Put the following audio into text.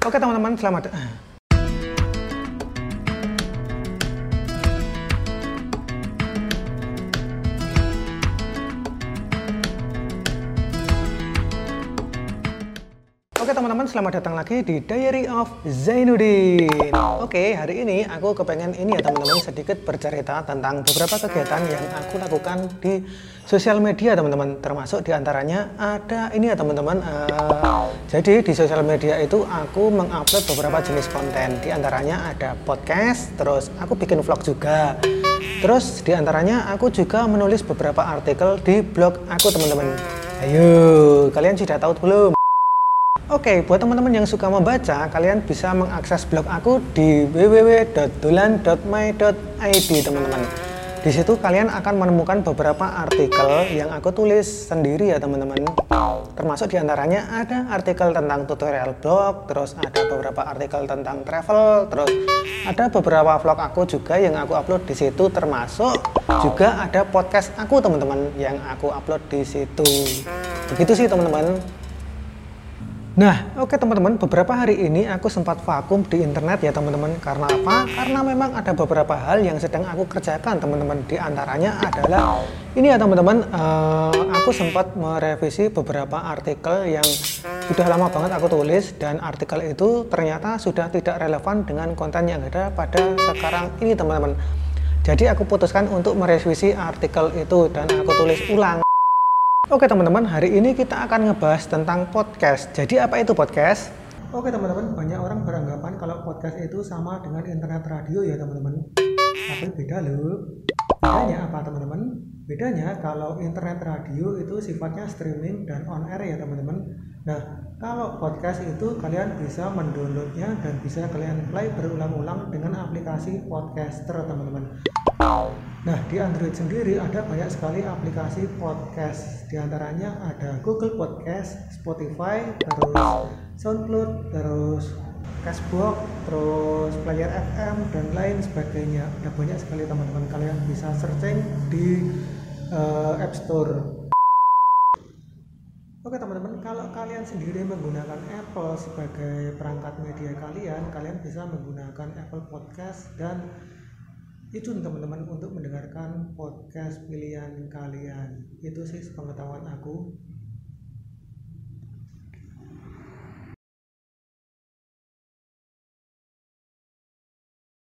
Oke teman-teman, selamat. Oke teman-teman, selamat datang lagi di Diary of Zainuddin. Oke, hari ini aku kepengen ini ya teman-teman, sedikit bercerita tentang beberapa kegiatan yang aku lakukan di sosial media teman-teman. Termasuk diantaranya ada ini ya teman-teman. Jadi di sosial media itu aku mengupload beberapa jenis konten. Diantaranya ada podcast, terus aku bikin vlog juga. Terus diantaranya aku juga menulis beberapa artikel di blog aku teman-teman. Ayo, kalian sudah tahu belum? Oke, buat teman-teman yang suka membaca, kalian bisa mengakses blog aku di www.dulan.my.id teman-teman. Di situ kalian akan menemukan beberapa artikel yang aku tulis sendiri ya teman-teman. Termasuk diantaranya ada artikel tentang tutorial blog, terus ada beberapa artikel tentang travel, terus ada beberapa vlog aku juga yang aku upload di situ, termasuk juga ada podcast aku teman-teman yang aku upload di situ. Begitu sih teman-teman. Nah, oke teman-teman, beberapa hari ini aku sempat vakum di internet ya teman-teman. Karena apa? Karena memang ada beberapa hal yang sedang aku kerjakan teman-teman. Di antaranya adalah ini ya teman-teman, aku sempat merevisi beberapa artikel yang sudah lama banget aku tulis, dan artikel itu ternyata sudah tidak relevan dengan konten yang ada pada sekarang ini teman-teman. Jadi aku putuskan untuk merevisi artikel itu dan aku tulis ulang. Oke teman-teman, hari ini kita akan ngebahas tentang podcast. Jadi apa itu podcast? Oke teman-teman, banyak orang beranggapan kalau podcast itu sama dengan internet radio ya teman-teman. Tapi beda loh. Bedanya apa teman-teman? Bedanya kalau internet radio itu sifatnya streaming dan on air ya teman-teman. Nah, kalau podcast itu kalian bisa mendownloadnya dan bisa kalian play berulang-ulang dengan aplikasi podcaster teman-teman. Nah, di Android sendiri ada banyak sekali aplikasi podcast. Di antaranya ada Google Podcast, Spotify, terus SoundCloud, terus Castbox, terus Player FM, dan lain sebagainya. Ada banyak sekali teman-teman, kalian bisa searching di App Store. Oke teman-teman, kalau kalian sendiri menggunakan Apple sebagai perangkat media kalian bisa menggunakan Apple Podcast dan itu teman-teman untuk mendengarkan podcast pilihan kalian. Itu sih pengetahuan aku.